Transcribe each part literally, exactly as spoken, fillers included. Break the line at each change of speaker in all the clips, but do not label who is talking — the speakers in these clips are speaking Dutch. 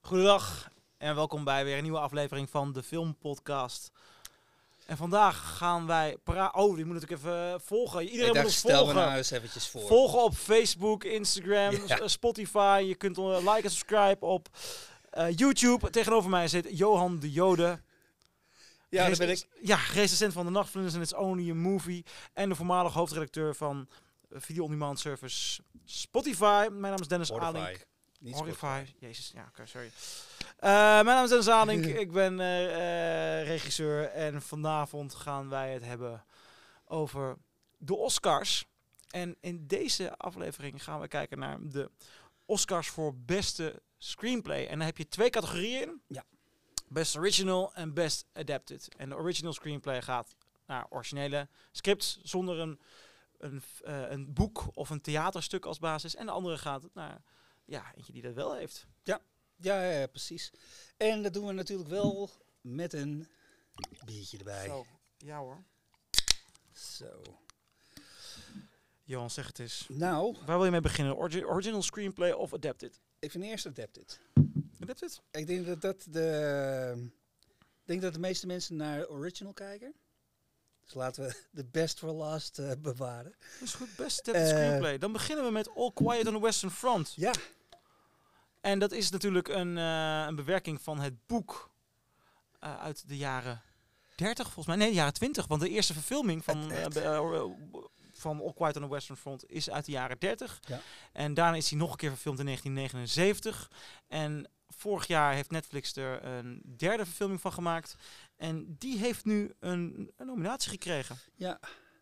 Goedendag en welkom bij weer een nieuwe aflevering van de Filmpodcast. En vandaag gaan wij praten. Oh, die moet ik even volgen. Iedereen
ik
moet
dacht,
ons
stel
volgen.
me nou eens eventjes voor.
Volgen op Facebook, Instagram,
Ja.
Spotify. Je kunt uh, like en subscribe op uh, YouTube. Tegenover mij zit Johan de Jode.
Ja, daar ben ik.
Ja, recensent van de Nachtvlinders en It's Only a Movie. En de voormalig hoofdredacteur van video on demand service Spotify. Mijn naam is Dennis
Horrify.
Alink.
Niet
Horrify. Jezus, ja, oké, okay, sorry. Uh, mijn naam is Dennis Alink. Ik ben uh, uh, regisseur. En vanavond gaan wij het hebben over de Oscars. En in deze aflevering gaan we kijken naar de Oscars voor beste screenplay. En dan heb je twee categorieën.
Ja.
Best Original en Best Adapted. En de Original Screenplay gaat naar originele scripts zonder een, een, uh, een boek of een theaterstuk als basis. En de andere gaat naar ja, eentje die dat wel heeft.
Ja, ja, ja, precies. En dat doen we natuurlijk wel met een biertje erbij.
Zo, ja hoor.
Zo.
Johan, zeg het eens.
Nou,
waar wil je mee beginnen? Orgi- original Screenplay of Adapted?
ik vind eerst Adapted.
Adapted?
Ik denk dat dat de... Ik denk dat de meeste mensen naar original kijken. Dus laten we de best for last uh, bewaren.
Dat is goed, best Adapted
Uh,
Screenplay. Dan beginnen we met All Quiet on the Western Front.
Ja.
En dat is natuurlijk een, uh, een bewerking van het boek uh, uit de jaren dertig, volgens mij. Nee, de jaren twintig. Want de eerste verfilming van, uh, uh, van All Quiet on the Western Front is uit de jaren dertig.
Ja.
En daarna is hij nog een keer verfilmd in negentien negenenzeventig. En vorig jaar heeft Netflix er een derde verfilming van gemaakt. En die heeft nu een, een nominatie gekregen.
Ja.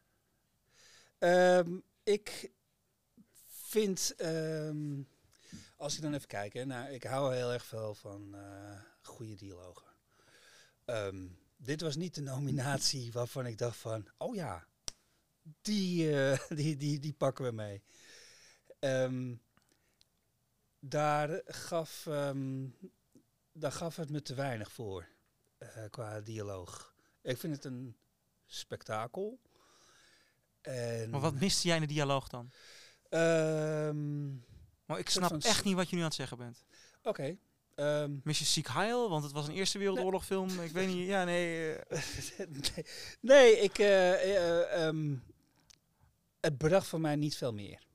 Um, ik vind... Um, als ik dan even kijk, hè, nou, ik hou heel erg veel van uh, goede dialogen. Um, dit was niet de nominatie waarvan ik dacht van... Oh ja, die, uh, die, die, die pakken we mee. Um, daar, gaf, um, daar gaf het me te weinig voor. Uh, qua dialoog. Ik vind het een spektakel. En
Maar wat miste jij in de dialoog dan?
Um,
maar ik snap echt niet wat je nu aan het zeggen bent.
Oké. Okay, um,
mis je Sieg Heil? Want het was een Eerste Wereldoorlog film. Nee. Ik weet niet. Ja, nee. Uh.
nee, nee, ik... Uh, uh, um, het bracht voor mij niet veel meer.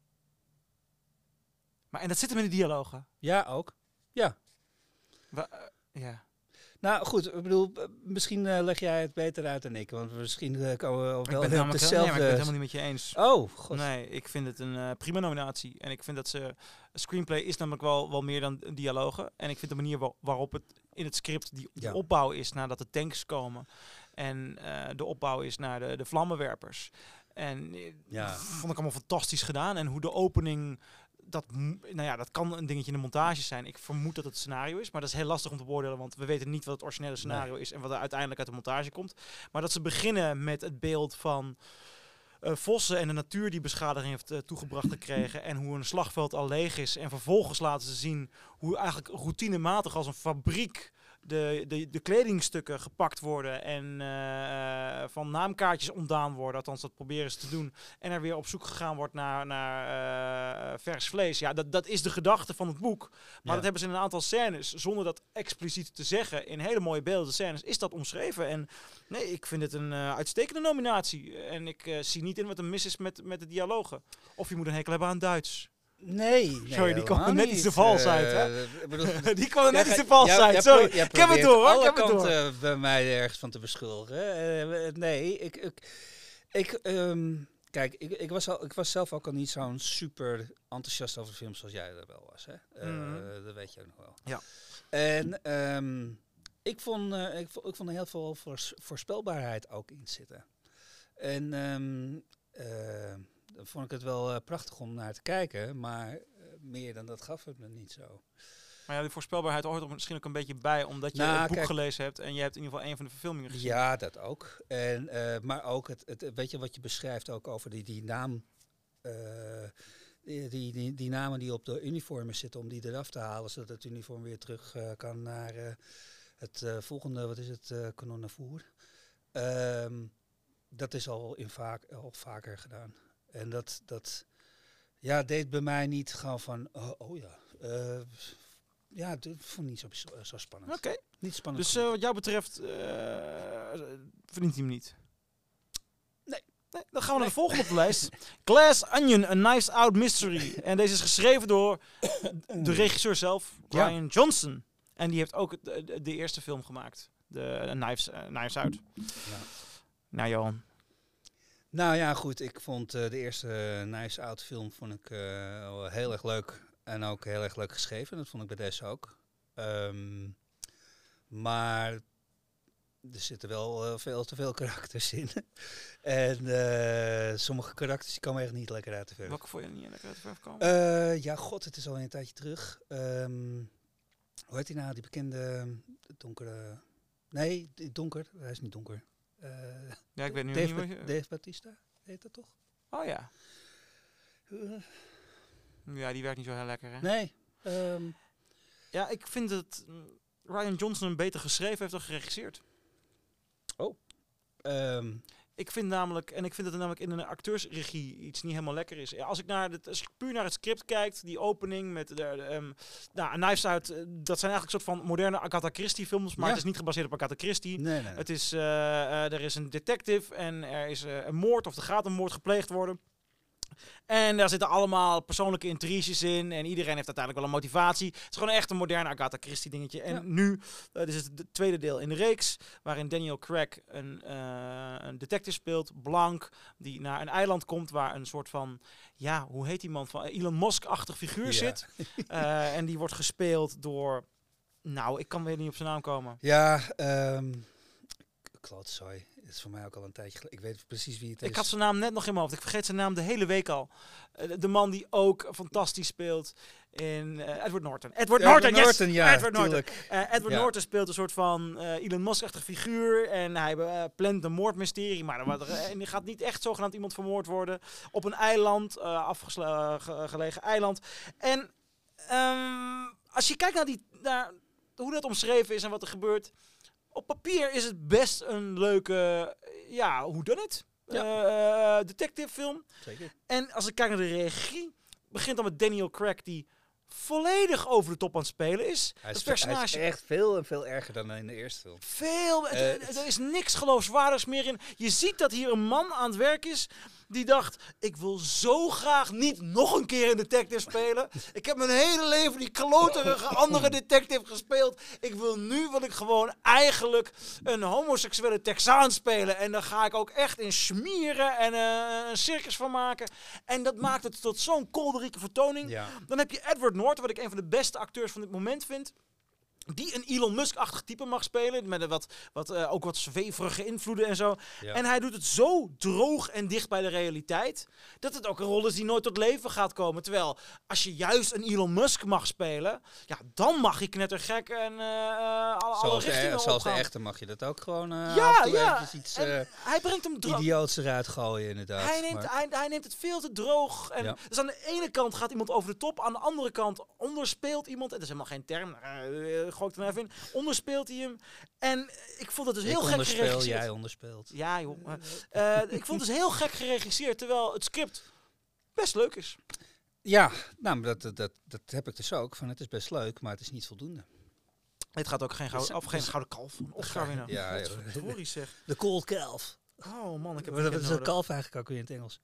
Maar en dat zit hem in de dialogen?
Ja, ook. Ja.
Wa- uh, ja.
Nou goed, ik bedoel, misschien uh, leg jij het beter uit dan ik, want misschien uh, komen we wel
ik ben
op dezelfde...
Nee, maar ik ben het helemaal niet met je eens.
Oh, god.
Nee, ik vind het een uh, prima nominatie. En ik vind dat ze... Een screenplay is namelijk wel, wel meer dan dialogen. En ik vind de manier waar, waarop het in het script die, die ja. opbouw is nadat de tanks komen. En uh, de opbouw is naar de, de vlammenwerpers. En ja. dat vond ik allemaal fantastisch gedaan. En hoe de opening... Dat, nou ja, dat kan een dingetje in de montage zijn. Ik vermoed dat het scenario is, maar dat is heel lastig om te beoordelen, want we weten niet wat het originele scenario nee. is en wat er uiteindelijk uit de montage komt. Maar dat ze beginnen met het beeld van uh, vossen en de natuur die beschadiging heeft uh, toegebracht gekregen en hoe een slagveld al leeg is. En vervolgens laten ze zien hoe eigenlijk routinematig als een fabriek De, de, de kledingstukken gepakt worden en uh, van naamkaartjes ontdaan worden. Althans, dat proberen ze te doen. En er weer op zoek gegaan wordt naar, naar uh, vers vlees. Ja, dat, dat is de gedachte van het boek. Maar ja. dat hebben ze in een aantal scènes, zonder dat expliciet te zeggen, in hele mooie beelden scènes, is dat omschreven. En nee, ik vind het een uh, uitstekende nominatie. En ik uh, zie niet in wat er mis is met, met de dialogen. Of je moet een hekel hebben aan Duits.
Nee, nee.
Sorry, die kwam er net iets te vals uh, uit, hè?
Bedoel,
die kwam er net
ja,
iets te vals
ja,
uit, sorry.
Ja,
ik heb het door, hoor.
alle
ik heb het door.
kanten bij mij ergens van te beschuldigen. Uh, nee, ik... ik, ik um, kijk, ik, ik, was al, ik was zelf ook al niet zo'n super enthousiast over films zoals jij er wel was, hè? Uh, mm-hmm. Dat weet je ook nog wel.
Ja.
En um, ik, vond, uh, ik, vond, ik vond er heel veel voors, voorspelbaarheid ook in zitten. En... Um, uh, Dan vond ik het wel uh, prachtig om naar te kijken, maar uh, meer dan dat gaf het me niet zo.
Maar ja, die voorspelbaarheid hoort er misschien ook een beetje bij, omdat je
nou,
het boek
kijk,
gelezen hebt en je hebt in ieder geval een van de verfilmingen gezien.
Ja, dat ook. En, uh, maar ook, het, het, weet je wat je beschrijft ook over die, die naam, uh, die, die, die, die namen die op de uniformen zitten, om die eraf te halen, zodat het uniform weer terug uh, kan naar uh, het uh, volgende, wat is het, uh, kanon naar voer. Um, dat is al, in vaak, al vaker gedaan. En dat, dat ja, deed bij mij niet gewoon van, oh, oh ja, uh, ja, het vond ik niet zo, bijzo- zo spannend.
Oké. Okay.
Niet spannend.
Dus uh, wat jou betreft uh, verdient hij hem niet?
Nee.
nee dan gaan we naar de volgende op de lijst. Glass Onion, A Knives Out Mystery. En deze is geschreven door de regisseur zelf, Rian ja. Johnson. En die heeft ook de, de, de eerste film gemaakt. De uh, Knives, uh, Knives Out. Ja. Nou, Johan.
Nou ja, goed. Ik vond uh, de eerste uh, Knives Out film vond ik, uh, heel erg leuk. En ook heel erg leuk geschreven. Dat vond ik bij deze ook. Um, maar er zitten wel uh, veel te veel karakters in. en uh, sommige karakters die komen echt niet lekker uit de verf.
Welke vond je niet lekker uit de verf komen?
Uh, ja, god, het is al een tijdje terug. Um, hoe heet die nou? Die bekende donkere... Nee, donker. Hij is niet donker. Uh,
ja, ik weet nu
Dave
niet wat je...
Dave Bautista, heet dat toch?
Oh ja.
Uh.
Ja, die werkt niet zo heel lekker, hè?
Nee. Um.
Ja, ik vind dat Rian Johnson hem beter geschreven heeft dan geregisseerd.
Oh. Um.
Ik vind namelijk, en ik vind dat er namelijk in een acteursregie iets niet helemaal lekker is. Als ik, naar het, als ik puur naar het script kijk, die opening met de, de um, nou, Knives Out, dat zijn eigenlijk een soort van moderne Agatha Christie films, maar ja. het is niet gebaseerd op Agatha Christie.
Nee, nee, nee.
Het is, uh, uh, er is een detective en er is uh, een moord of er gaat een moord gepleegd worden. En daar zitten allemaal persoonlijke intriges in. En iedereen heeft uiteindelijk wel een motivatie. Het is gewoon echt een moderne Agatha Christie dingetje. En ja. nu, uh, dit is het tweede deel in de reeks. Waarin Daniel Craig een, uh, een detective speelt. Blank. Die naar een eiland komt waar een soort van... Ja, hoe heet die man? Van Elon Musk-achtig figuur ja. zit. Uh, en die wordt gespeeld door... Nou, ik kan weer niet op zijn naam komen.
Ja, um, Claude Soy. Dat is voor mij ook al een tijdje geleden. Ik weet precies wie het is.
Ik had zijn naam net nog in mijn hoofd. Ik vergeet zijn naam de hele week al. Uh, de man die ook fantastisch speelt in uh, Edward Norton. Edward
ja,
Norton,
Edward Norton,
yes!
ja,
Edward Norton. Uh, Edward
ja.
Norton speelt een soort van uh, Elon Musk-achtig figuur. En hij uh, plant een moordmysterie. Maar er, uh, en er gaat niet echt zogenaamd iemand vermoord worden. Op een eiland, uh, afgelegen eiland. En um, als je kijkt naar, die, naar hoe dat omschreven is en wat er gebeurt... Op papier is het best een leuke, ja, hoe dan het? Ja. Uh, detective film.
Zeker.
En als ik kijk naar de regie, begint dan met Daniel Craig die volledig over de top aan het spelen is.
Hij is,
het personage
hij is echt veel en veel erger dan in de eerste film.
Veel. Uh, het, er is niks geloofwaardigs meer in. Je ziet dat hier een man aan het werk is die dacht, ik wil zo graag niet nog een keer een detective spelen. Ik heb mijn hele leven die kloterige andere detective gespeeld. Ik wil nu wil ik gewoon eigenlijk een homoseksuele Texaan spelen. En daar ga ik ook echt in smieren en uh, een circus van maken. En dat maakt het tot zo'n kolderieke vertoning.
Ja.
Dan heb je Edward Norton, wat ik een van de beste acteurs van dit moment vind. Die een Elon Musk-achtig type mag spelen. Met een wat, wat, uh, ook wat zweverige invloeden en zo. Ja. En hij doet het zo droog en dicht bij de realiteit. Dat het ook een rol is die nooit tot leven gaat komen. Terwijl, als je juist een Elon Musk mag spelen. Ja, dan mag je knettergek en uh, alle, alle richtingen opgaan.
Zoals de echte mag je dat ook gewoon uh,
ja,
af en toe
ja.
iets uh,
hij brengt hem droog.
Idioots eruit gooien inderdaad.
Hij neemt, maar... hij, hij neemt het veel te droog. En ja. Dus aan de ene kant gaat iemand over de top. Aan de andere kant onderspeelt iemand. Het is helemaal geen term. Uh, gooi ik er even in. Onderspeelt hij hem. En ik vond het dus heel
ik
gek geregisseerd.
jij onderspeelt.
Ja, joh. Uh, ik vond het dus heel gek geregisseerd, terwijl het script best leuk is.
Ja, nou, dat, dat, dat, dat heb ik dus ook. Van, het is best leuk, maar het is niet voldoende.
Het gaat ook geen gouden, of geen gouden kalf. Een Oscar winnen.
Ja, ja.
Sorry zeg.
De cold calf.
Oh man, ik heb
het Wat is een kalf eigenlijk ook weer in het Engels?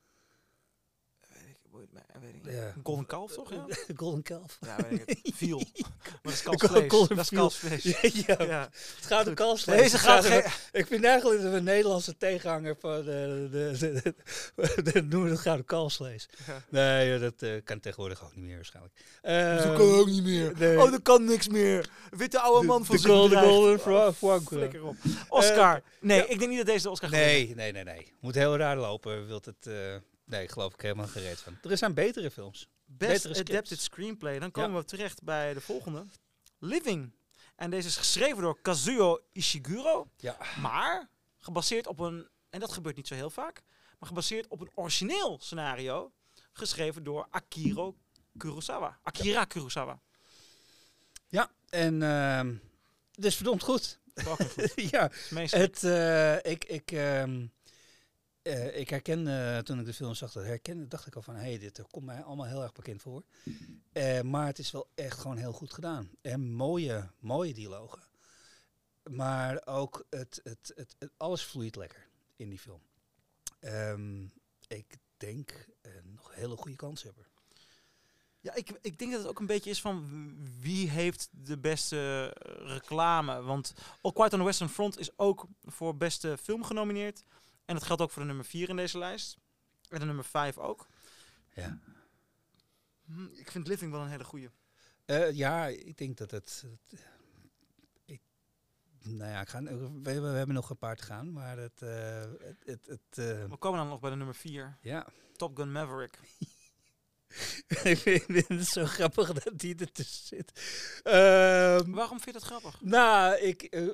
Weet ik ja. Een golden kalf, toch? Ja?
Golden kalf.
Ja, weet ik het. Viel. Maar dat is kalfsvlees. Dat is kalfsvlees.
Ja, ja. Ja. Het gaat om kalfsvlees.
Deze gaat geen...
Ik vind eigenlijk dat we een Nederlandse tegenhanger van de, de, de, de, de, de noemen we het gouden kalfsvlees. Ja. Nee, dat uh, kan tegenwoordig ook niet meer waarschijnlijk. Uh,
dat kan ook niet meer. Nee. Oh, dat kan niks meer. Witte oude man van
de golden, golden frog. Oh,
flikker op. Oscar. Uh, nee, ja. Ik denk niet dat deze de Oscar gaat
Nee, winnen. nee, nee, nee. Moet heel raar lopen. Wilt het... Uh, Nee, ik geloof ik helemaal gereed van. Er zijn betere films.
Best betere Adapted Screenplay. Dan komen ja. we terecht bij de volgende. Living. En deze is geschreven door Kazuo Ishiguro.
Ja.
Maar gebaseerd op een... En dat gebeurt niet zo heel vaak. Maar gebaseerd op een origineel scenario. Geschreven door Akira Kurosawa. Akira ja. Kurosawa.
Ja, en... Uh, dus verdomd goed.
goed.
ja, het... Uh, ik... ik um, Uh, ik herkende, toen ik de film zag, dat herkende, dacht ik al van, hé, hey, dit komt mij allemaal heel erg bekend voor. Uh, maar het is wel echt gewoon heel goed gedaan. En mooie, mooie dialogen. Maar ook het, het, het, het, alles vloeit lekker in die film. Um, ik denk uh, nog een hele goede kans hebben.
Ja, ik, ik denk dat het ook een beetje is van wie heeft de beste reclame. Want All Quiet on the Western Front is ook voor beste film genomineerd. En dat geldt ook voor de nummer vier in deze lijst. En de nummer vijf ook.
Ja.
Hm, ik vind Living wel een hele goeie.
Uh, ja, ik denk dat het... het ik, nou ja, ik ga, we, we hebben nog een paar te gaan, maar het... Uh, het, het, het uh,
we komen dan nog bij de nummer vier.
Ja.
Top Gun Maverick.
Ik vind het zo grappig dat die ertussen zit. Uh,
Waarom vind je dat grappig?
Nou, ik... Uh,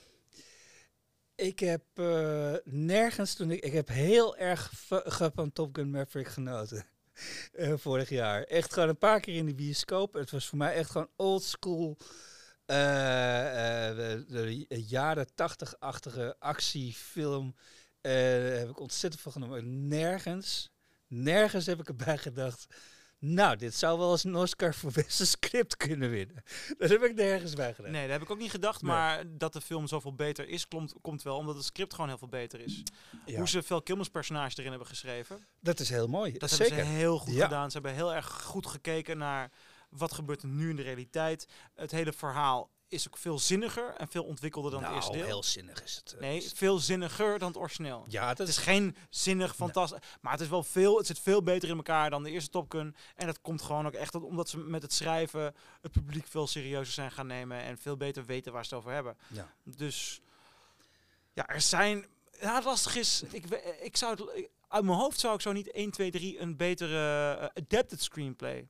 Ik heb uh, nergens toen ik... Ik heb heel erg v- van Top Gun Maverick genoten. Uh, vorig jaar. Echt gewoon een paar keer in de bioscoop. Het was voor mij echt gewoon old school... Uh, uh, de, de jaren tachtig-achtige actiefilm. Uh, daar heb ik ontzettend van genomen. Nergens, nergens heb ik erbij gedacht... Nou, dit zou wel eens een Oscar voor beste script kunnen winnen. Dat heb ik nergens bij gedaan.
Nee, dat heb ik ook niet gedacht. Nee. Maar dat de film zoveel beter is, komt, komt wel omdat het script gewoon heel veel beter is. Ja. Hoe ze Val Kilmer's personage erin hebben geschreven.
Dat is heel mooi.
Dat
Zeker.
hebben ze heel goed
ja.
gedaan. Ze hebben heel erg goed gekeken naar wat gebeurt er nu in de realiteit. Het hele verhaal is ook veel zinniger en veel ontwikkelder dan
nou,
het eerste deel.
heel zinnig is het. Uh,
nee, veel zinniger dan het origineel.
Ja, dat
het is
is
geen zinnig, fantastisch, nee. maar het is wel veel. Het zit veel beter in elkaar dan de eerste Top Gun. En dat komt gewoon ook echt omdat ze met het schrijven het publiek veel serieuzer zijn gaan nemen en veel beter weten waar ze het over hebben.
Ja.
Dus ja, er zijn. Ja, het lastig is. Ik, ik zou het, ik, uit mijn hoofd zou ik zo niet één, twee, drie een betere uh, adapted screenplay.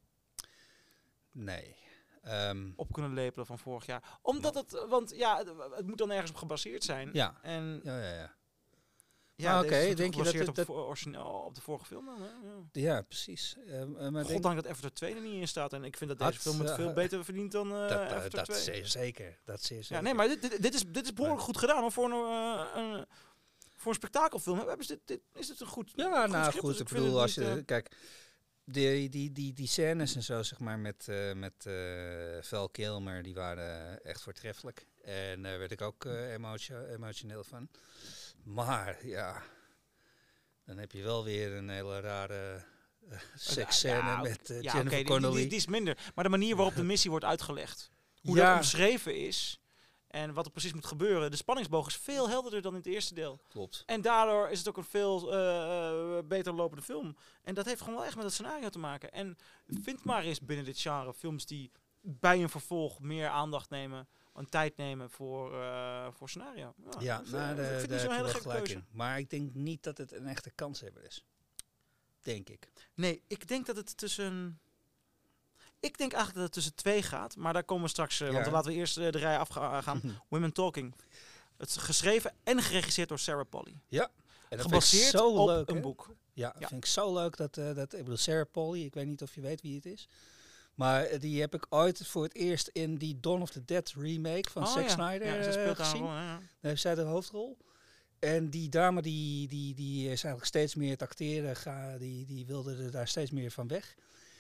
Nee. Um,
op kunnen lepelen van vorig jaar. Omdat het, want ja, het, het moet dan ergens op gebaseerd zijn.
Ja.
En
ja, ja, ja.
Ja,
oké. Okay, denk je dat het
op,
dat
voor, op de vorige film dan? Hè? Ja.
ja, precies. Um, uh, maar
God dank dat Avatar twee er niet in staat. En ik vind dat deze had, film het uh, veel beter verdient dan uh,
dat, uh,
Avatar
dat
twee.
Zeer zeker. Dat zeer zeker.
Ja, nee, maar dit, dit, dit, is, dit is behoorlijk goed gedaan. Hoor. Voor, een, uh, een, voor een spektakelfilm hebben ze dit, dit, is het een goed
Ja,
goed
nou
script,
goed.
Dus
ik bedoel, als
niet,
je...
Uh,
kijk, die, die, die, die scènes en zo, zeg maar, met, uh, met uh, Val Kilmer, die waren echt voortreffelijk. En daar uh, werd ik ook uh, emotio- emotioneel van. Maar, ja... Dan heb je wel weer een hele rare uh, seksscène ja, met uh,
ja,
Jennifer
okay,
Connelly.
Die, die, die is minder. Maar de manier waarop de missie wordt uitgelegd. Hoe ja. dat omschreven is. En wat er precies moet gebeuren. De spanningsboog is veel helderder dan in het eerste deel.
Klopt.
En daardoor is het ook een veel uh, beter lopende film. En dat heeft gewoon wel echt met het scenario te maken. En vind maar eens binnen dit genre films die bij een vervolg meer aandacht nemen... een tijd nemen voor, uh, voor scenario. Ja,
ja,
dus,
nou,
uh,
de,
ik vind
daar
zo'n
heb
hele
je wel gelijk
keuze.
in. Maar ik denk niet dat het een echte kanshebber is. Denk ik.
Nee, ik denk dat het tussen... Ik denk eigenlijk dat het tussen twee gaat. Maar daar komen we straks... Uh, ja. Want dan laten we eerst uh, de rij afgaan. Women Talking. Het is geschreven en geregisseerd door Sarah Polley.
Ja. En dat
gebaseerd
vind ik zo
op
leuk,
een
hè?
boek.
Ja, dat ja. vind ik zo leuk. Dat, uh, dat, ik bedoel, Sarah Polley, ik weet niet of je weet wie het is. Maar die heb ik ooit voor het eerst in die Dawn of the Dead remake van
oh,
Zack
ja.
Snyder
ja, ze speelt
uh, gezien.
Rol, ja.
Daar heeft zij de hoofdrol. En die dame die, die, die is eigenlijk steeds meer het acteren, ga, die, die wilde er daar steeds meer van weg.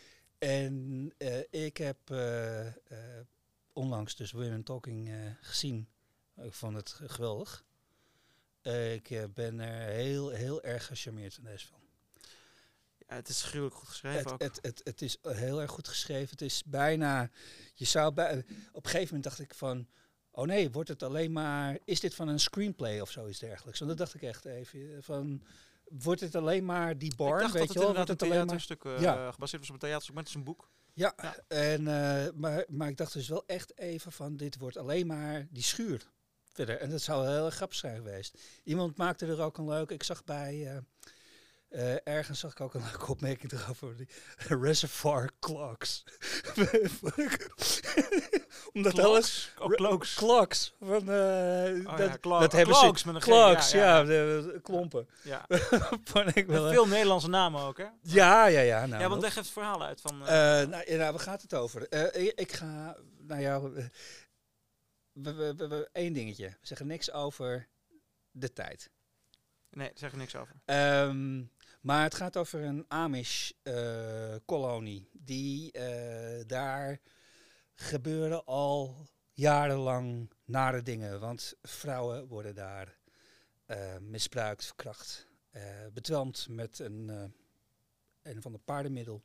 En uh, ik heb uh, uh, onlangs dus Women Talking uh, gezien. Ik vond het geweldig. Uh, ik uh, ben er heel, heel erg gecharmeerd van deze film.
Ja, het is gruwelijk goed geschreven
het,
ook.
Het, het, het is heel erg goed geschreven. Het is bijna... Je zou bij, op een gegeven moment dacht ik van... Oh nee, wordt het alleen maar... Is dit van een screenplay of zoiets dergelijks? Want dat dacht ik echt even. Van, wordt het alleen maar die bar?
Ik dacht
weet
dat
je
het
wel? Wordt
het
het alleen maar
stuk uh,
ja.
gebaseerd was op een theaterstuk, maar het is een boek.
Ja, ja. En, uh, maar, maar ik dacht dus wel echt even van... Dit wordt alleen maar die schuur verder. En dat zou heel erg grappig zijn geweest. Iemand maakte er ook een leuk... Ik zag bij... Uh, Uh, ergens zag ik ook een leuke opmerking erover. Die Reservoir Clocks. Omdat
Clocks?
alles...
Oh, clocks.
Clocks. Van, uh,
oh,
dat,
ja, clo-
dat hebben
clocks
ze...
met een
Clocks,
G, ja. ja.
ja, de, de klompen.
Ja.
Vond ik wel,
veel Nederlandse namen ook, hè?
Ja, ja, ja. Nou,
ja, want leg even het verhaal uit. Van, uh,
uh, nou, ja, nou, waar gaat het over? Uh, ik, ik ga... Nou ja... We, we, we, we, één dingetje. We zeggen niks over de tijd.
Nee, daar zeg ik niks over.
Um, maar het gaat over een Amish-kolonie. Uh, die uh, daar gebeuren al jarenlang nare dingen. Want vrouwen worden daar uh, misbruikt, verkracht, uh, bedwelmd met een, uh, een of ander paardenmiddel.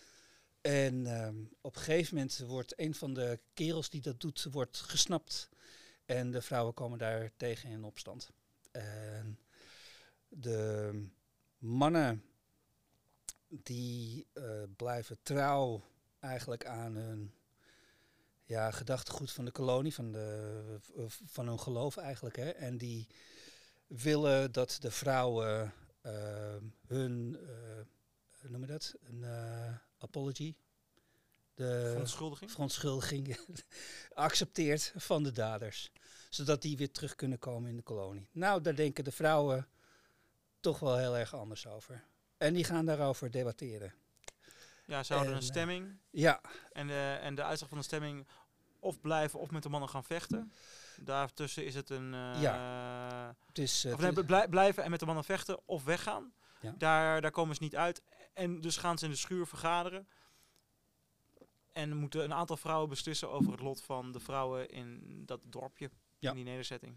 En um, op een gegeven moment wordt een van de kerels die dat doet, wordt gesnapt. En de vrouwen komen daar tegen in opstand. En de mannen die uh, blijven trouw eigenlijk aan hun ja, gedachtegoed van de kolonie, van, de, uh, van hun geloof eigenlijk. Hè. En die willen dat de vrouwen uh, hun, uh, hoe noem je dat, een uh, apology, de
verontschuldiging,
verontschuldiging accepteert van de daders. Zodat die weer terug kunnen komen in de kolonie. Nou, daar denken de vrouwen toch wel heel erg anders over. En die gaan daarover debatteren.
Ja, ze houden
en,
een stemming.
Uh, ja.
En de, en de uitslag van de stemming of blijven of met de mannen gaan vechten. Daartussen is het een... Uh,
ja. Het is, uh,
of nee, blij, blijven en met de mannen vechten of weggaan.
Ja.
Daar, daar komen ze niet uit. En dus gaan ze in de schuur vergaderen. En moeten een aantal vrouwen beslissen over het lot van de vrouwen in dat dorpje. Ja. In die nederzetting.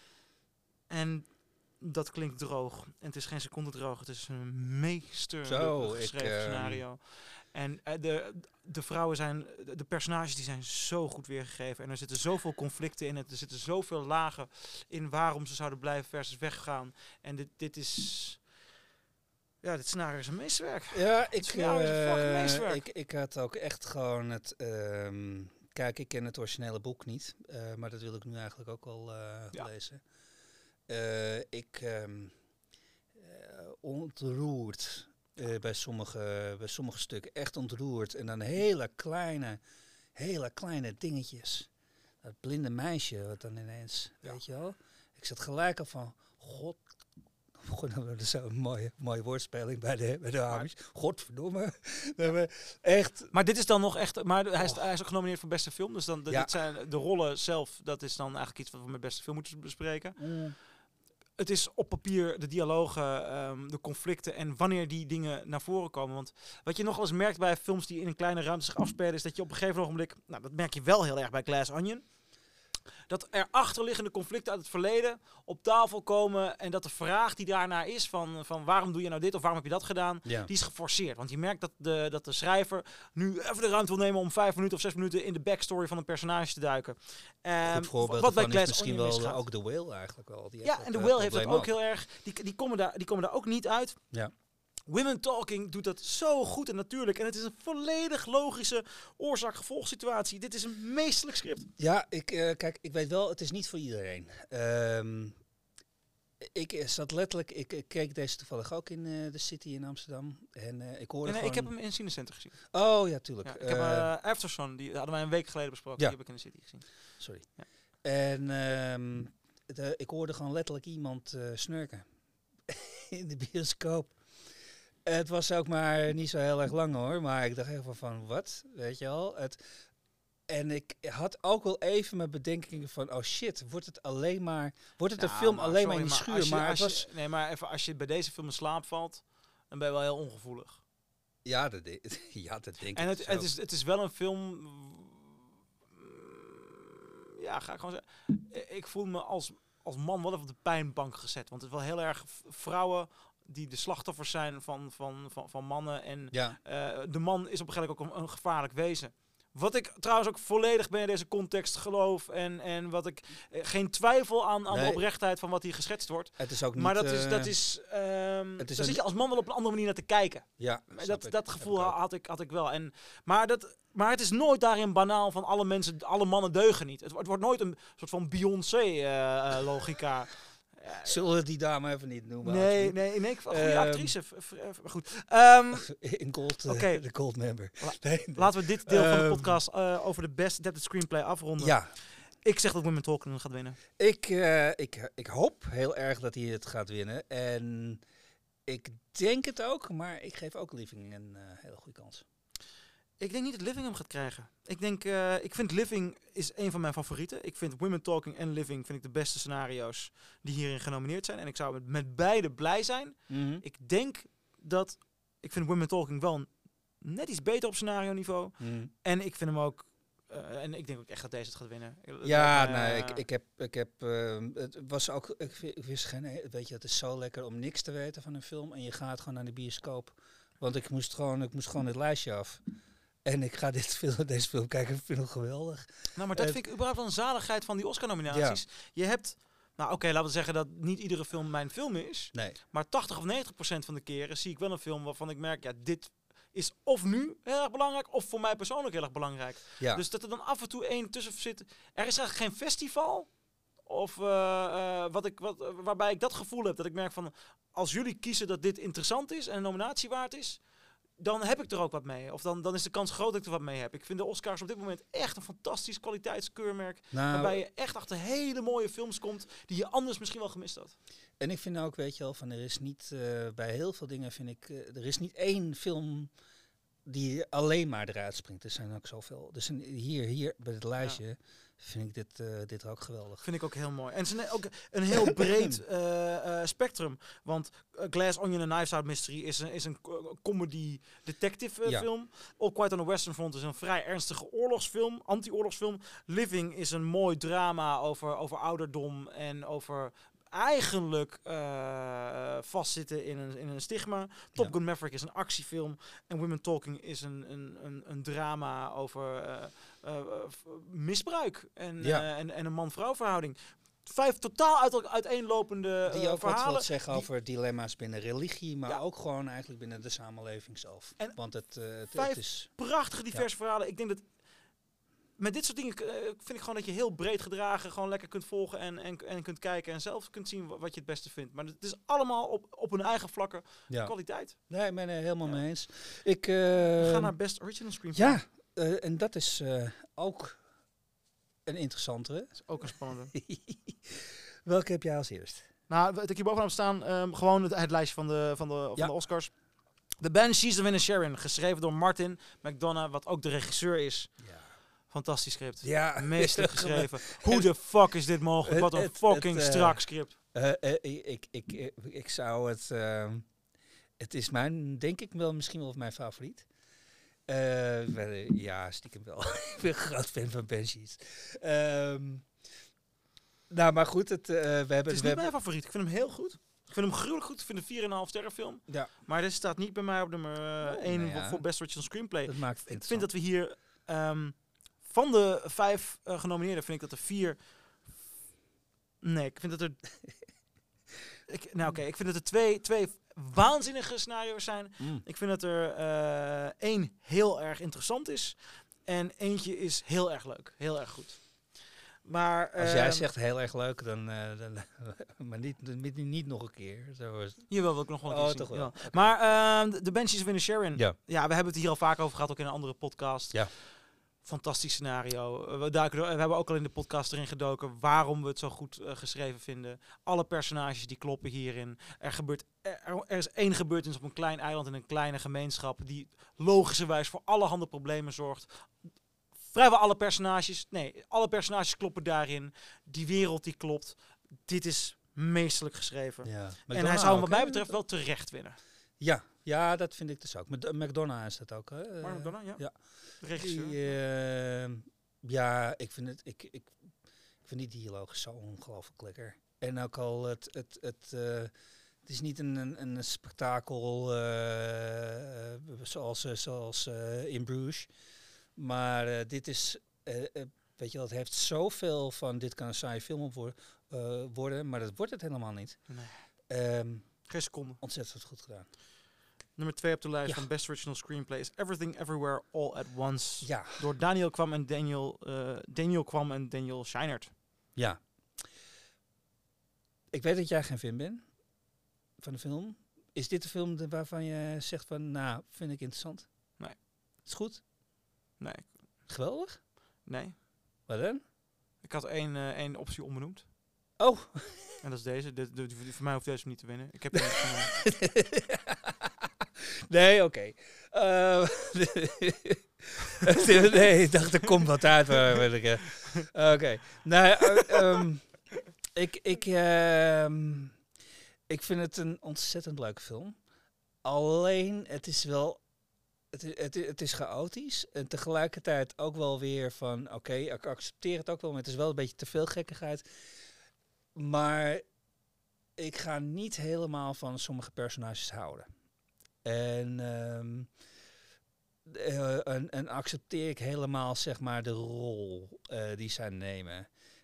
En dat klinkt droog. En het is geen seconde droog. Het is een meester
Zo,
geschreven
ik, uh,
scenario. En uh, de, de vrouwen zijn, de personages die zijn zo goed weergegeven. En er zitten zoveel conflicten in het. Er zitten zoveel lagen in waarom ze zouden blijven versus weggaan. En dit, dit is... Ja, dit scenario is een meesterwerk.
Ja, ik,
uh, is een meesterwerk.
ik, ik had ook echt gewoon het... Um, kijk, ik ken het originele boek niet. Uh, maar dat wil ik nu eigenlijk ook al uh, ja. lezen. Uh, ik um, uh, ontroerd uh, bij, sommige, bij sommige stukken. Echt ontroerd. En dan hele kleine, hele kleine dingetjes. Dat blinde meisje wat dan ineens, ja. weet je wel. Ik zat gelijk al van, god... God, dat is zo'n mooie, mooie woordspeling bij de, bij de Amish. Godverdomme. Echt.
Maar dit is dan nog echt... Maar hij is, oh. hij is ook genomineerd voor beste film. Dus dan, de,
ja.
dit zijn de rollen zelf, dat is dan eigenlijk iets wat we met beste film moeten bespreken. Mm. Het is op papier de dialogen, um, de conflicten en wanneer die dingen naar voren komen. Want wat je nog wel eens merkt bij films die in een kleine ruimte zich afspelen, is dat je op een gegeven ogenblik... Nou, dat merk je wel heel erg bij Glass Onion. Dat er achterliggende conflicten uit het verleden op tafel komen en dat de vraag die daarnaar is van, van waarom doe je nou dit of waarom heb je dat gedaan,
ja.
die is geforceerd. Want je merkt dat de, dat de schrijver nu even de ruimte wil nemen om vijf minuten of zes minuten in de backstory van een personage te duiken.
Um, Goed voorbeeld wat bij is misschien wel misgaat. Ook The Whale eigenlijk wel. Die
ja, en The Whale heeft dat ook, ook heel erg. Die, die, komen daar, die komen daar ook niet uit.
Ja.
Women Talking doet dat zo goed en natuurlijk. En het is een volledig logische oorzaak-gevolgsituatie. Dit is een meesterlijk script.
Ja, ik, uh, kijk, ik weet wel, het is niet voor iedereen. Um, ik zat letterlijk, ik, ik keek deze toevallig ook in uh, de City in Amsterdam. En uh, ik hoorde
nee, nee,
gewoon...
ik heb hem in Cinecenter gezien.
Oh, ja, tuurlijk.
Ja, ik heb uh, Aftersun, die hadden wij een week geleden besproken.
Ja.
Die heb ik in de City gezien.
Sorry. Ja. En um, de, ik hoorde gewoon letterlijk iemand uh, snurken. in de bioscoop. Het was ook maar niet zo heel erg lang hoor, maar ik dacht even van wat, weet je wel. Het, en ik had ook wel even mijn bedenkingen van, oh shit, wordt het alleen maar, wordt het nou, een film maar, alleen sorry, maar in die schuur?
Maar, je,
maar het
je,
was,
nee, maar even, als je bij deze film in slaap valt, dan ben je wel heel ongevoelig.
Ja, dat, de, ja, dat denk
en
ik
het, het, is, het is wel een film, ja, ga ik gewoon zeggen, ik voel me als, als man wel even op de pijnbank gezet. Want het is wel heel erg vrouwen die de slachtoffers zijn van, van, van, van mannen. En
ja.
uh, de man is op een gegeven moment ook een, een gevaarlijk wezen. Wat ik trouwens ook volledig binnen deze context geloof. En, en wat ik eh, geen twijfel aan, aan nee. de oprechtheid van wat hier geschetst wordt.
Het is ook niet,
maar dat
uh,
is, dat is, um,
het is
daar zit je als man wel op een andere manier naar te kijken.
Ja,
dat, dat gevoel ik had, ik, had ik wel. En, maar, dat, maar het is nooit daarin banaal van alle mensen, alle mannen deugen niet. Het, het wordt nooit een soort van Beyoncé-logica. Uh, uh,
Ja, zullen we die dame even niet noemen?
Nee, nee, nee, goede um, actrice. Maar goed. Um,
in gold, uh,
okay.
de gold member.
La nee, nee. Laten we dit deel um, van de podcast uh, over de best adapted screenplay afronden.
Ja.
Ik zeg dat Women Talking gaat winnen.
Ik, uh, ik, ik hoop heel erg dat hij het gaat winnen. En ik denk het ook, maar ik geef ook Living een uh, hele goede kans.
Ik denk niet dat Living hem gaat krijgen. Ik denk, uh, ik vind Living is een van mijn favorieten. Ik vind Women Talking en Living vind ik de beste scenario's die hierin genomineerd zijn. En ik zou met, met beide blij zijn.
Mm-hmm.
Ik denk dat, ik vind Women Talking wel net iets beter op scenario niveau.
Mm.
En ik vind hem ook, uh, en ik denk ook echt dat deze het gaat winnen.
Ja,
uh,
nee, ik, ik heb, ik heb, uh, het was ook, ik, ik wist geen, weet je, het is zo lekker om niks te weten van een film en je gaat gewoon naar de bioscoop. Want ik moest gewoon, ik moest gewoon het lijstje af. En ik ga dit film, deze film kijken, ik vind het geweldig.
Nou, maar dat
uh,
vind ik überhaupt wel een zaligheid van die Oscar-nominaties. Ja. Je hebt, nou oké, okay, laten we zeggen dat niet iedere film mijn film is.
Nee.
Maar tachtig of negentig procent van de keren zie ik wel een film waarvan ik merk, ja, dit is of nu heel erg belangrijk, of voor mij persoonlijk heel erg belangrijk.
Ja.
Dus dat er dan af en toe één tussen zit. Er is eigenlijk geen festival, of uh, uh, wat ik, wat, uh, waarbij ik dat gevoel heb, dat ik merk van, als jullie kiezen dat dit interessant is en een nominatie waard is, dan heb ik er ook wat mee. Of dan, dan is de kans groot dat ik er wat mee heb. Ik vind de Oscars op dit moment echt een fantastisch kwaliteitskeurmerk. Nou, waarbij je echt achter hele mooie films komt die je anders misschien wel gemist had.
En ik vind ook, weet je wel, van er is niet, uh, bij heel veel dingen vind ik, uh, er is niet één film die alleen maar eruit springt. Er zijn ook zoveel. Dus een, hier, hier bij het lijstje ja. vind ik dit, uh, dit ook geweldig.
Vind ik ook heel mooi. En het is ook een heel breed uh, uh, spectrum. Want uh, Glass Onion en Knives Out Mystery is een, is een comedy detective uh, ja. film. All Quiet on the Western Front is een vrij ernstige oorlogsfilm, anti-oorlogsfilm. Living is een mooi drama over, over ouderdom en over eigenlijk uh, vastzitten in een, in een stigma. Top ja. Gun Maverick is een actiefilm. En Women Talking is een, een, een, een drama over uh, uh, uh, misbruik. En, ja. uh, en, en een man-vrouw verhouding. Vijf totaal uit, uiteenlopende uh,
die ook
verhalen.
Wat, wat zeggen die, over dilemma's binnen religie, maar ja. ook gewoon eigenlijk binnen de samenleving zelf.
En
Want het, uh, het,
vijf
het is
prachtige diverse ja. verhalen. Ik denk dat met dit soort dingen uh, vind ik gewoon dat je heel breed gedragen gewoon lekker kunt volgen en, en, en kunt kijken en zelf kunt zien wat je het beste vindt. Maar het is allemaal op, op hun eigen vlakken ja. kwaliteit.
Nee, ik ben er helemaal ja. mee eens. Ik, uh,
We gaan naar Best Original Screenplay.
Ja, uh, en dat is uh, ook een interessantere.
Dat is ook een spannende.
Welke heb jij als eerst?
Nou, wat ik hier bovenaan heb staan, um, gewoon het, het lijstje van de, van de, van ja. de Oscars. The Banshees of Inisherin, geschreven door Martin McDonagh, wat ook de regisseur is. Ja. Fantastisch script.
Ja.
Meesterlijk geschreven. Hoe de fuck is dit mogelijk? Wat een het, fucking het, uh, strak script.
Uh, uh, ik, ik, ik, ik zou het... Uh, het is mijn, denk ik wel, misschien wel mijn favoriet. Uh, ja, stiekem wel. Ik ben een groot fan van Banshees. Um, nou, maar goed. Het, uh, we hebben,
het is niet
we
mijn favoriet. Ik vind hem heel goed. Ik vind hem gruwelijk goed. Ik vind een vier komma vijf sterren film. Ja. Maar dit staat niet bij mij op nummer één uh, oh, nou ja. voor Best Original Screenplay.
Dat maakt het
ik vind dat we hier... Um, van de vijf uh, genomineerden vind ik dat er vier... Nee, ik vind dat er... ik, nou oké, okay, ik vind dat er twee, twee waanzinnige scenario's zijn. Mm. Ik vind dat er uh, één heel erg interessant is. En eentje is heel erg leuk. Heel erg goed. Maar,
als uh, jij zegt heel erg leuk, dan... Uh, dan maar niet, niet, niet nog een keer. Zo is
Jawel, wil ik nog wel een
oh,
keer
toch
zien.
wel.
Ja. Okay. Maar uh, de Banshees of Inisherin.
Ja.
ja, we hebben het hier al vaak over gehad, ook in een andere podcast.
Ja.
Fantastisch scenario. We, duiken er, we hebben ook al in de podcast erin gedoken waarom we het zo goed uh, geschreven vinden. Alle personages die kloppen hierin. Er, gebeurt, er, er is één gebeurtenis op een klein eiland in een kleine gemeenschap die logischerwijs voor allerhande problemen zorgt. Vrijwel alle personages, nee, alle personages kloppen daarin. Die wereld die klopt. Dit is meesterlijk geschreven. Ja. En hij zou wat mij betreft wel terecht winnen.
Ja, ja, dat vind ik dus ook. Met McDonagh is dat ook. Hè?
Mark McDonagh, ja.
ja.
Regisseur.
Die, uh, ja, ik vind het. Ik, ik, ik vind die dialoog zo ongelooflijk lekker. En ook al het, het, het, uh, het is niet een, een, een spektakel uh, zoals, uh, zoals uh, in Bruges, maar uh, dit is, uh, uh, weet je wel, het heeft zoveel van dit kan een saaie film op worden, uh, worden, maar dat wordt het helemaal niet.
Nee.
Um,
Geen seconde.
Ontzettend goed gedaan.
Nummer twee op de lijst ja. van Best Original Screenplay is Everything Everywhere All at Once.
Ja.
Door Daniel Kwam en Daniel, uh, Daniel Kwam en Daniel Scheinert.
Ja. Ik weet dat jij geen fan bent van de film. Is dit de film de, waarvan je zegt van, nou, vind ik interessant?
Nee.
Is goed?
Nee.
Geweldig?
Nee.
Wat dan?
Ik had één, uh, één optie onbenoemd.
Oh.
En dat is deze. De, de, de, voor mij hoeft deze niet te winnen. Ik heb er niet van.
nee, oké. Okay. Uh, nee, ik dacht, er komt wat uit. Oké. Okay. Nou, uh, um, ik, ik, uh, ik vind het een ontzettend leuke film. Alleen, het is wel... Het is, het, is, het is chaotisch. En tegelijkertijd ook wel weer van... Oké, okay, ik accepteer het ook wel. Maar het is wel een beetje te veel gekkigheid. Maar... Ik ga niet helemaal van sommige personages houden. En, um, uh, en, en accepteer ik helemaal, zeg maar, de rol uh, die zij nemen.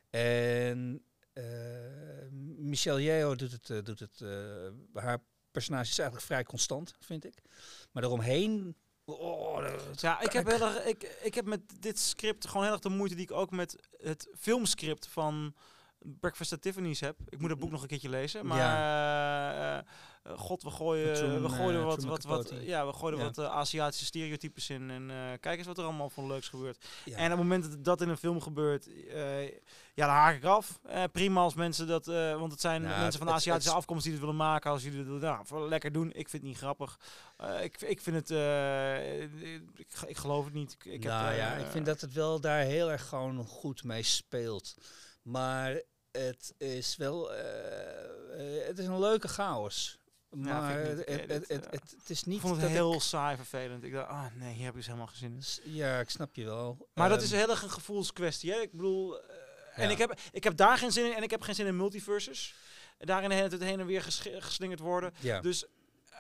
En uh, Michelle Yeoh doet het, uh, doet het uh, haar personage is eigenlijk vrij constant, vind ik. Maar daaromheen... Oh, dat,
ja, ik heb, heel erg, ik, ik heb met dit script gewoon heel erg de moeite die ik ook met het filmscript van... Breakfast at Tiffany's heb. Ik moet het boek nog een keertje lezen. Maar ja. uh, uh, god, we gooien, Truman, we gooien uh, wat, wat, wat, ja, we gooien ja. wat uh, Aziatische stereotypes in. En uh, kijk eens wat er allemaal van leuks gebeurt. Ja. En op het moment dat dat in een film gebeurt, uh, ja, dan haak ik af. Uh, prima als mensen dat, uh, want het zijn nou, mensen van de Aziatische het, afkomst die het willen maken. Als jullie het nou, lekker doen. Ik vind het niet grappig. Uh, ik, ik vind het, uh, ik, ik geloof het niet. Ik, ik
nou
heb, uh,
ja, ik vind dat het wel daar heel erg gewoon goed mee speelt. Maar het is wel, uh, uh, het is een leuke chaos. Maar ja, het, het, het, het, het, het is niet.
Ik vond het heel ik... saai vervelend. Ik dacht, ah nee, hier heb ik dus helemaal geen zin in.
Ja, ik snap je wel.
Maar um, dat is heel erg een gevoelskwestie. Hè? Ik bedoel, uh, ja. en ik heb, ik heb daar geen zin in en ik heb geen zin in multiverses. Daarin het, het heen en weer ges, geslingerd worden. Ja. Dus uh,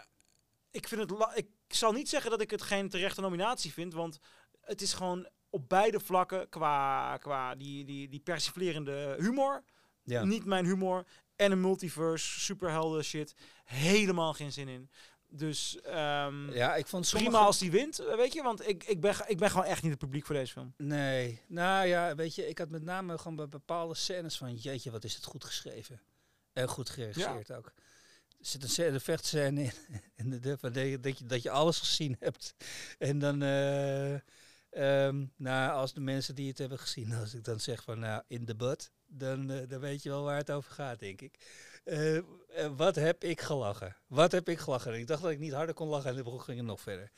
ik vind het, la- ik zal niet zeggen dat ik het geen terechte nominatie vind, want het is gewoon op beide vlakken qua, qua die, die, die persiflerende humor. Ja. Niet mijn humor. En een multiverse, superhelden shit. Helemaal geen zin in. Dus um,
ja, ik vond
prima sommige... als die wint, weet je. Want ik, ik, ben, ik ben gewoon echt niet het publiek voor deze film.
Nee. Nou ja, weet je, ik had met name gewoon bij bepaalde scènes van... Jeetje, wat is het goed geschreven. En goed geregisseerd ja. ook. Er zit een scène, de vechtscène in. En de, de, de, dat, je, dat je alles gezien hebt. En dan... Uh, Um, nou, als de mensen die het hebben gezien, als ik dan zeg van nou, in de butt, dan, uh, dan weet je wel waar het over gaat, denk ik. Uh, uh, wat heb ik gelachen? Wat heb ik gelachen? Ik dacht dat ik niet harder kon lachen en dan ging het nog verder.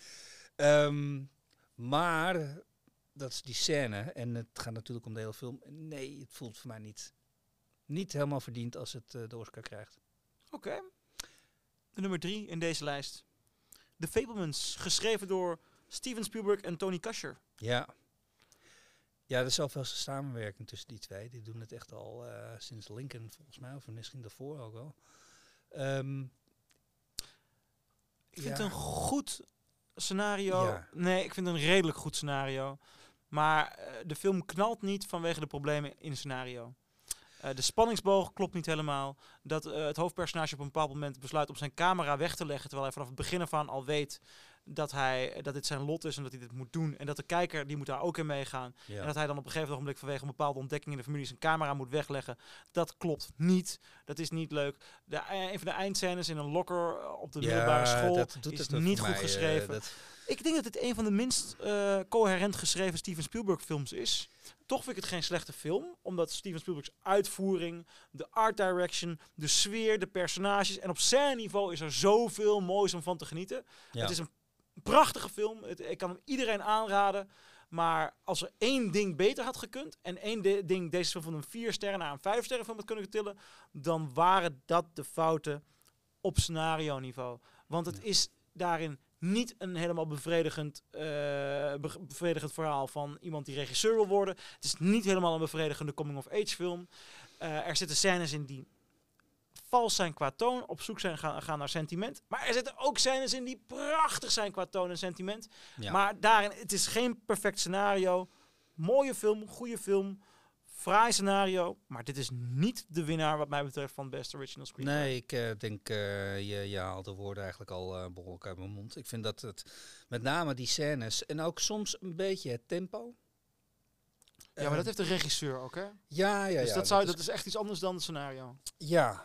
Um, maar, dat is die scène, en het gaat natuurlijk om de hele film. Nee, het voelt voor mij niet, niet helemaal verdiend als het uh, de Oscar krijgt.
Oké. Okay. De nummer drie in deze lijst. The Fabelmans, geschreven door Steven Spielberg en Tony Kushner.
Ja. Ja, er is zoveel samenwerking tussen die twee. Die doen het echt al uh, sinds Lincoln, volgens mij. Of misschien daarvoor ook wel. Um,
ik vind ja. het een goed scenario. Ja. Nee, ik vind het een redelijk goed scenario. Maar uh, de film knalt niet vanwege de problemen in het scenario. Uh, de spanningsboog klopt niet helemaal. Dat uh, het hoofdpersonage op een bepaald moment besluit om zijn camera weg te leggen, terwijl hij vanaf het begin ervan al weet dat, hij, dat dit zijn lot is en dat hij dit moet doen. En dat de kijker, die moet daar ook in meegaan. Ja. En dat hij dan op een gegeven ogenblik vanwege een bepaalde ontdekking in de familie zijn camera moet wegleggen. Dat klopt niet. Dat is niet leuk. De, een van de eindscènes in een locker op de ja, middelbare school dat doet is het niet goed mij, geschreven. Uh, dat... Ik denk dat dit een van de minst uh, coherent geschreven Steven Spielberg films is. Toch vind ik het geen slechte film, omdat Steven Spielberg's uitvoering, de art direction, de sfeer, de personages en op scène niveau is er zoveel moois om van te genieten. Ja. Het is een prachtige film. Het, ik kan hem iedereen aanraden. Maar als er één ding beter had gekund en één de, ding deze film van een vier sterren naar een vijf sterren film had kunnen tillen, dan waren dat de fouten op scenario niveau. Want het ja. is daarin niet een helemaal bevredigend, uh, bevredigend verhaal van iemand die regisseur wil worden. Het is niet helemaal een bevredigende coming-of-age film. Uh, er zitten scènes in die vals zijn qua toon, op zoek zijn gaan, gaan naar sentiment. Maar er zitten ook scènes in die prachtig zijn qua toon en sentiment. Ja. Maar daarin, het is geen perfect scenario. Mooie film, goede film, fraai scenario. Maar dit is niet de winnaar wat mij betreft van Best Original Screenplay.
Nee, ik uh, denk, uh, je, je haalt de woorden eigenlijk al uh, behoorlijk uit mijn mond. Ik vind dat het, met name die scènes en ook soms een beetje het tempo.
Ja, maar dat heeft de regisseur ook, hè?
Ja, ja, ja.
Dus dat, zou, dat is, dat is echt iets anders dan het scenario.
Ja,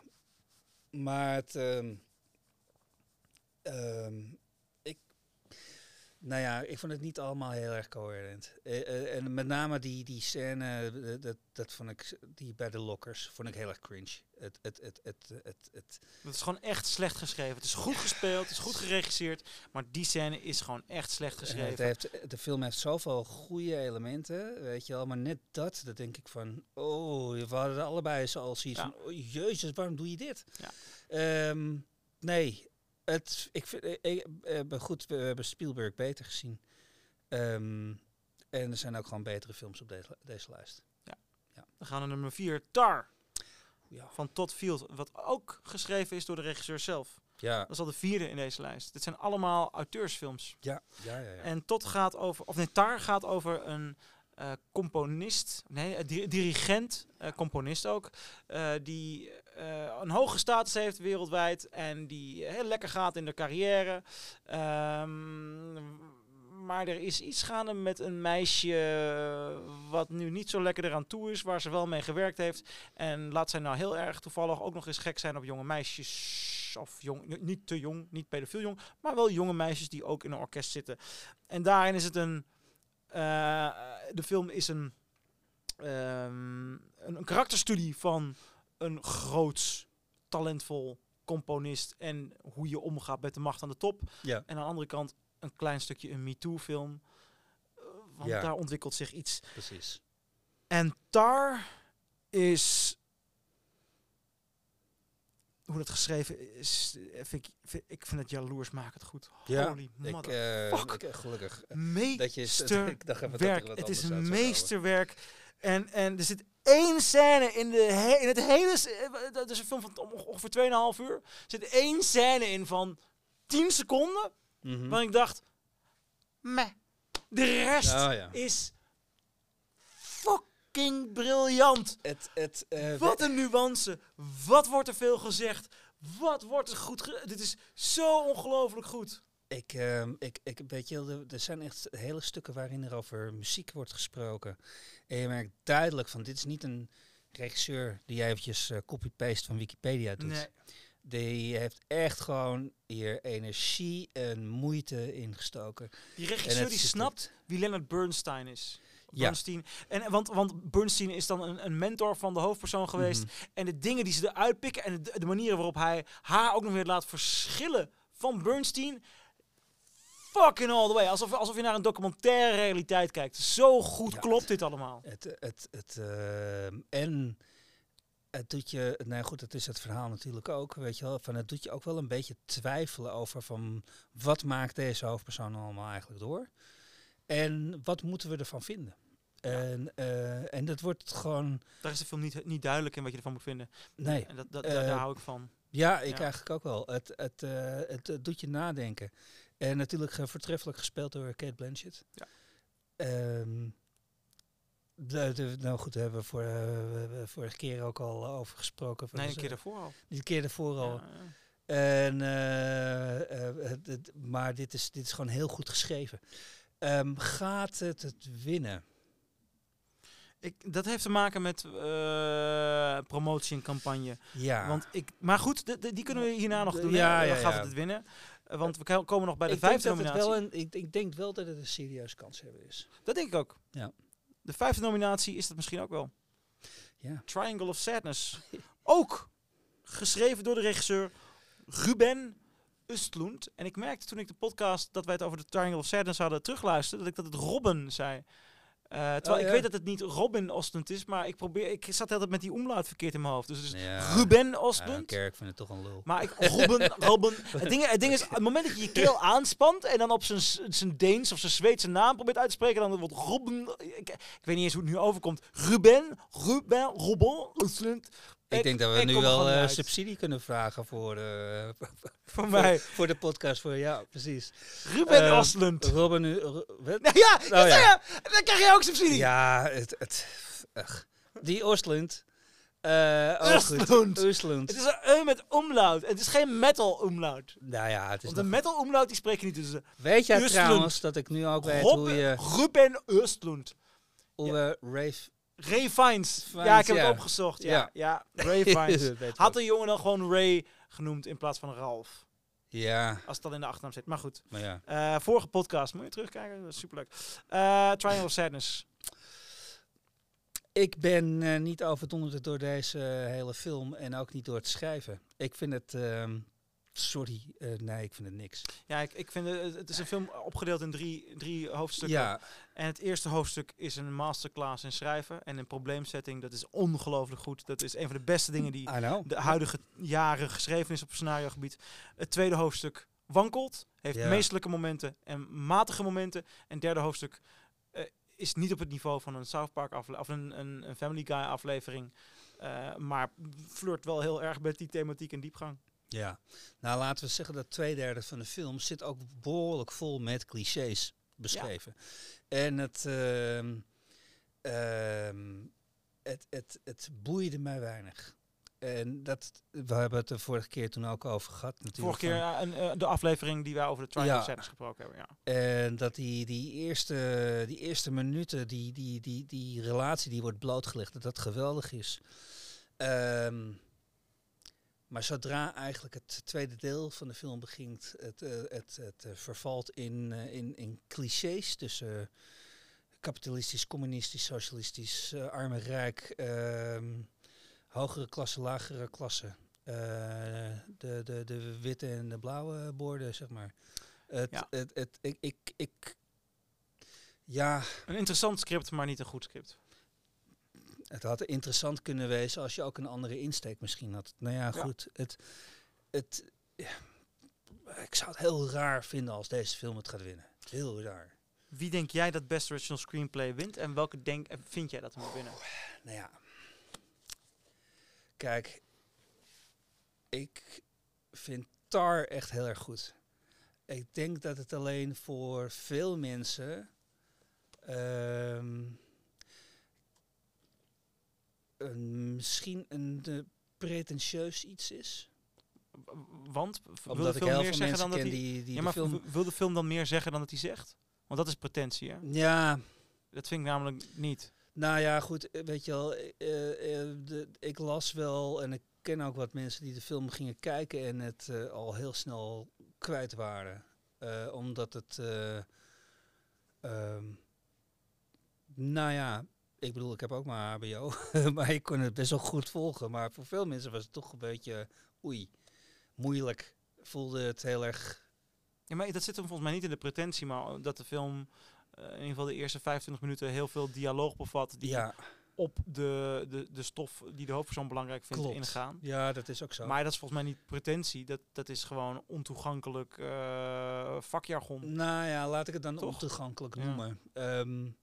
maar het, um, um, ik, Nou ja, ik vond het niet allemaal heel erg coherent. Uh, uh, en met name die, die scène, uh, dat, dat vond ik, die bij de lokkers, vond ik heel erg cringe. Het, het, het, het, het, het.
Het is gewoon echt slecht geschreven. Het is goed gespeeld, het is goed geregisseerd, maar die scène is gewoon echt slecht geschreven.
Het heeft, de film heeft zoveel goede elementen, weet je wel, maar net dat, dat denk ik van, oh, we hadden er allebei al zoiets
Ja.
van, oh, jezus, waarom doe je dit?
Ja.
Um, nee. Het, ik vind, ik, ik, uh, goed, we hebben Spielberg beter gezien. Um, en er zijn ook gewoon betere films op deze, deze lijst.
Ja. Ja. Dan gaan we naar nummer vier, Tar.
Ja.
Van Todd Field. Wat ook geschreven is door de regisseur zelf.
Ja.
Dat is al de vierde in deze lijst. Dit zijn allemaal auteursfilms.
Ja. Ja, ja, ja.
En Todd gaat over, of nee, Tar gaat over een uh, componist, nee, een di- dirigent, uh, componist ook, uh, die uh, een hoge status heeft wereldwijd en die heel lekker gaat in de carrière. Um, maar er is iets gaande met een meisje wat nu niet zo lekker eraan toe is, waar ze wel mee gewerkt heeft. En laat zij nou heel erg toevallig ook nog eens gek zijn op jonge meisjes. Of jong, niet te jong, niet pedofiel jong, maar wel jonge meisjes die ook in een orkest zitten. En daarin is het een... Uh, de film is een, um, een, een karakterstudie van een groots, talentvol componist en hoe je omgaat met de macht aan de top.
Ja.
En aan de andere kant een klein stukje een MeToo-film. Uh, want
ja.
daar ontwikkelt zich iets.
Precies.
En Tar is... Hoe dat geschreven is, vind ik, vind, ik vind het jaloers, maak het goed.
Ja,
Holy
ik, uh, ik, gelukkig.
Meesterwerk.
Dat je,
werk. Het is een meesterwerk. En, en er zit één scène in, de he, in het hele... Dat is een film van ongeveer twee en een half uur. Er zit één scène in van tien seconden.
Mm-hmm.
Waar ik dacht... Meh. De rest
oh, ja.
is... fucking briljant.
Het, het, uh,
Wat een nuance. Wat wordt er veel gezegd. Wat wordt er goed ge- Dit is zo ongelooflijk goed.
Ik, uh, ik, ik weet je, er zijn echt hele stukken waarin er over muziek wordt gesproken. En je merkt duidelijk van, dit is niet een regisseur die eventjes uh, copy-paste van Wikipedia doet.
Nee.
Die heeft echt gewoon hier energie en moeite ingestoken.
Die regisseur die snapt
het.
wie Leonard Bernstein is.
Ja.
Bernstein. En, want, want Bernstein is dan een, een mentor van de hoofdpersoon geweest.
Mm-hmm. En
de dingen die ze eruit pikken en de, de manieren waarop hij haar ook nog weer laat verschillen van Bernstein. Fucking all the way. Alsof, alsof je naar een documentaire realiteit kijkt. Zo goed ja, klopt dit allemaal.
Het, het, het, uh, en het doet je, nou goed, het is het verhaal natuurlijk ook, weet je wel, van het doet je ook wel een beetje twijfelen over van wat maakt deze hoofdpersoon allemaal eigenlijk door. En wat moeten we ervan vinden? Ja. En, uh, en dat wordt gewoon...
Daar is de film niet, niet duidelijk in wat je ervan moet vinden.
Nee.
En dat, dat,
uh,
daar, daar hou ik van.
Ja, ik
ja.
eigenlijk ook wel. Het, het, uh, het, het doet je nadenken. En natuurlijk uh, voortreffelijk gespeeld door Cate Blanchett.
Ja.
Um, de, de, nou goed, daar hebben we voor, uh, vorige keer ook al over gesproken.
Nee,
dus,
een keer daarvoor al.
Die keer daarvoor al. Ja, ja. En, uh, uh, het, het, maar dit is, dit is gewoon heel goed geschreven. Um, gaat het het winnen?
Ik, dat heeft te maken met uh, promotie en campagne.
Ja.
Want ik, maar goed, de, de, die kunnen we hierna nog doen.
Ja,
hè?
ja,
Dan gaat
ja.
het het winnen. Uh, want we komen nog bij de
ik
vijfde
denk dat
nominatie.
Het wel een, ik, ik denk wel dat het een serieuze kans hebben is.
Dat denk ik ook.
Ja.
De vijfde nominatie is dat misschien ook wel.
Ja.
Triangle of Sadness. Ook geschreven door de regisseur Ruben Östlund. En ik merkte toen ik de podcast dat wij het over de Triangle of Sadness hadden terugluisterd, dat ik dat het Robin zei. Uh, terwijl
oh,
ik
ja.
weet dat het niet Robin Östlund is, maar ik probeer, ik zat altijd met die omlaut verkeerd in mijn hoofd. Dus het is
ja.
Ruben Östlund.
Ja, ik vind het toch een lul.
Maar ik, Robin, Robin. Het ding, het ding is, op het moment dat je je keel aanspant en dan op zijn, zijn Deens of zijn Zweedse naam probeert uit te spreken, dan wordt Robin. Ik, ik weet niet eens hoe het nu overkomt. Ruben, Ruben, Robin Östlund.
Ik, ik denk dat we nu wel uh, subsidie kunnen vragen voor, uh,
voor mij.
Voor, voor de podcast. Voor, ja, precies.
Ruben uh, Östlund.
Robin nu. Uh,
nou ja, oh, ja. ja, dan krijg je ook subsidie.
Ja, het, het, ach. Die Östlund. Uh,
Östlund.
Östlund.
Het is een E met omlaut. Het is geen metal omlaut.
Nou ja, het is
Want een metal omlaut die spreek je niet tussen.
Weet jij trouwens dat ik nu ook weet
Rob,
hoe je...
Ruben Östlund.
Hoe we ja. Rave...
Ray Fiennes. Fiennes. Ja, ik heb ja. het opgezocht. Ja, ja. ja Ray Fiennes. Had de jongen dan gewoon Ray genoemd in plaats van Ralph?
Ja.
Als het al in de achternaam zit. Maar goed.
Maar ja.
Uh, vorige podcast, moet je terugkijken? Dat is superleuk. Uh, Triangle of Sadness.
Ik ben uh, niet overdonderd door deze uh, hele film en ook niet door het schrijven. Ik vind het... Uh, sorry, uh, nee, ik vind het niks.
Ja, ik, ik vind het, het is een film opgedeeld in drie, drie hoofdstukken.
Ja.
En het eerste hoofdstuk is een masterclass in schrijven en een probleemsetting. Dat is ongelooflijk goed. Dat is een van de beste dingen die de huidige jaren geschreven is op scenariogebied. Het tweede hoofdstuk wankelt, heeft ja. meestelijke momenten en matige momenten. En het derde hoofdstuk uh, is niet op het niveau van een South Park afle- of een, een, een Family Guy aflevering. Uh, maar flirt wel heel erg met die thematiek en diepgang.
Ja, nou laten we zeggen dat twee derde van de film zit ook behoorlijk vol met clichés beschreven. Ja. En het, uh, uh, het, het, het boeide mij weinig. En dat, we hebben het de vorige keer toen ook over gehad.
Vorige keer uh, een, uh, de aflevering die wij over de Triangle of Sadness gesproken hebben. Ja.
En dat die, die, eerste, die eerste minuten, die, die, die, die relatie die wordt blootgelegd, dat dat geweldig is. Um, Maar zodra eigenlijk het tweede deel van de film begint, het, uh, het, het uh, vervalt in, uh, in, in clichés tussen uh, kapitalistisch, communistisch, socialistisch, uh, arm en rijk, uh, hogere klasse, lagere klasse, uh, de, de, de witte en de blauwe borden, zeg maar. Het,
ja.
het, het, ik, ik, ik, ja.
Een interessant script, maar niet een goed script.
Het had interessant kunnen wezen als je ook een andere insteek misschien had. Nou ja, goed. Ja. Het, het, ja, ik zou het heel raar vinden als deze film het gaat winnen. Heel raar.
Wie denk jij dat Best Original Screenplay wint? En welke denk, vind jij dat hij moet winnen?
Oh, nou ja. Kijk. Ik vind Tar echt heel erg goed. Ik denk dat het alleen voor veel mensen... Um, Een, misschien een de pretentieus iets is.
Want? Wil
Omdat
de
ik
film
heel
meer
veel
zeggen dan dat
ken
hij...
die, die
ja, maar
de film...
wil de film dan meer zeggen dan dat hij zegt? Want dat is pretentie, hè?
Ja.
Dat vind ik namelijk niet.
Nou ja, goed, weet je wel, uh, uh, de, ik las wel en ik ken ook wat mensen die de film gingen kijken en het uh, al heel snel kwijt waren. Uh, omdat het... Uh, um, nou ja... Ik bedoel, ik heb ook maar H B O, maar ik kon het best wel goed volgen. Maar voor veel mensen was het toch een beetje, oei, moeilijk. Voelde het heel erg...
Ja, maar dat zit hem volgens mij niet in de pretentie, maar dat de film uh, in ieder geval de eerste vijfentwintig minuten heel veel dialoog bevat die
ja.
op de, de, de stof die de hoofdpersoon belangrijk vindt
Klopt.
ingaan.
Ja, dat is ook zo.
Maar dat is volgens mij niet pretentie, dat, dat is gewoon ontoegankelijk uh, vakjargon.
Nou ja, laat ik het dan
Toch?
ontoegankelijk
Ja.
noemen. Um,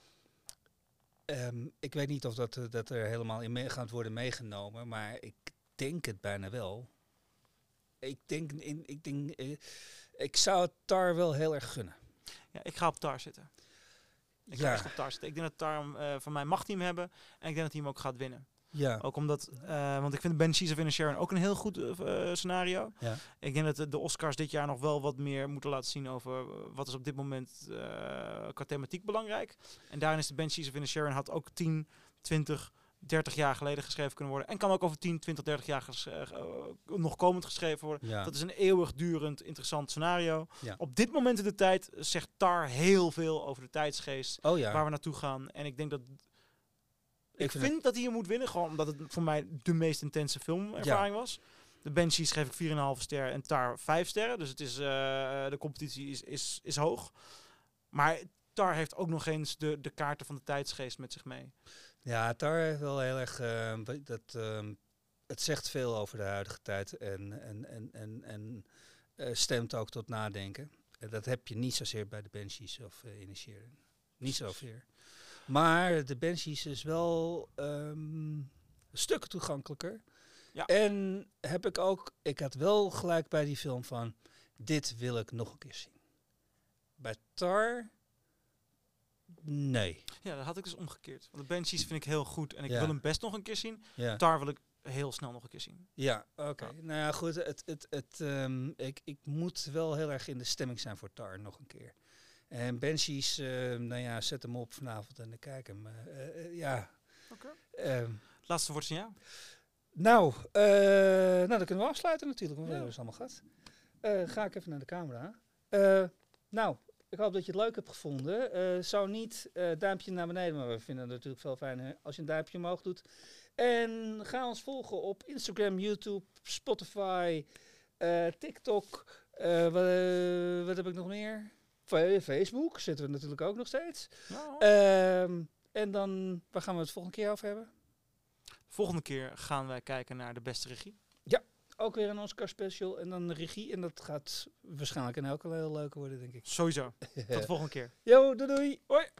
Um, ik weet niet of dat, uh, dat er helemaal in mee gaat worden meegenomen, maar ik denk het bijna wel. Ik denk, in, ik, denk uh, ik zou het Tar wel heel erg gunnen.
Ja, ik ga op Tar zitten. Ik
ja.
ga echt op Tar zitten. Ik denk dat Tar uh, van mij mag hij hem hebben en ik denk dat hij hem ook gaat winnen.
Ja.
Ook omdat, uh, want ik vind Banshees of Inisherin ook een heel goed uh, scenario.
Ja.
Ik denk dat de, de Oscars dit jaar nog wel wat meer moeten laten zien over uh, wat is op dit moment uh, qua thematiek belangrijk. En daarin is de Banshees of Inisherin had ook tien, twintig, dertig jaar geleden geschreven kunnen worden. En kan ook over tien, twintig, dertig jaar ges- uh, uh, nog komend geschreven worden.
Ja.
Dat is een eeuwigdurend interessant scenario.
Ja.
Op dit moment in de tijd zegt Tar heel veel over de tijdsgeest
oh, ja.
waar we naartoe gaan. En ik denk dat... Ik, ik vind, vind
het...
dat hij hem moet winnen, gewoon omdat het voor mij de meest intense filmervaring ja. was. De Banshees geef ik vier komma vijf sterren en Tar vijf sterren. Dus het is, uh, de competitie is, is, is hoog. Maar Tar heeft ook nog eens de, de kaarten van de tijdsgeest met zich mee.
Ja, Tar heeft wel heel erg... Uh, dat, uh, het zegt veel over de huidige tijd en, en, en, en, en uh, stemt ook tot nadenken. Uh, dat heb je niet zozeer bij de Banshees of uh, Inisherin. Niet zozeer. Maar de Banshees is wel um, stukken toegankelijker.
Ja.
En heb ik ook... Ik had wel gelijk bij die film van... Dit wil ik nog een keer zien. Bij Tar... Nee.
Ja, dat had ik dus omgekeerd. Want de Banshees vind ik heel goed. En ik
ja.
wil hem best nog een keer zien.
Ja.
Tar wil ik heel snel nog een keer zien.
Ja, oké. Okay.
Ja.
Nou ja, goed. Het, het, het, um, ik, ik moet wel heel erg in de stemming zijn voor Tar nog een keer. En Banshees, uh, nou ja, zet hem op vanavond en dan kijk hem. Uh, uh, ja.
Oké.
Okay. Um,
Laatste woord van jou.
Nou, uh, nou, dan kunnen we afsluiten natuurlijk. Want we hebben het allemaal gehad. Uh, ga ik even naar de camera. Uh, nou, ik hoop dat je het leuk hebt gevonden. Uh, zo niet, uh, duimpje naar beneden. Maar we vinden het natuurlijk veel fijner als je een duimpje omhoog doet. En ga ons volgen op Instagram, YouTube, Spotify, uh, TikTok. Uh, wat, uh, wat heb ik nog meer? Facebook zitten we natuurlijk ook nog steeds.
Nou.
Uh, en dan, waar gaan we het volgende keer over hebben?
Volgende keer gaan wij kijken naar de beste regie.
Ja, ook weer een Oscar special en dan de regie. En dat gaat waarschijnlijk een elke heel leuke worden, denk ik.
Sowieso. Tot de volgende keer.
Jo, doei doei.
Hoi.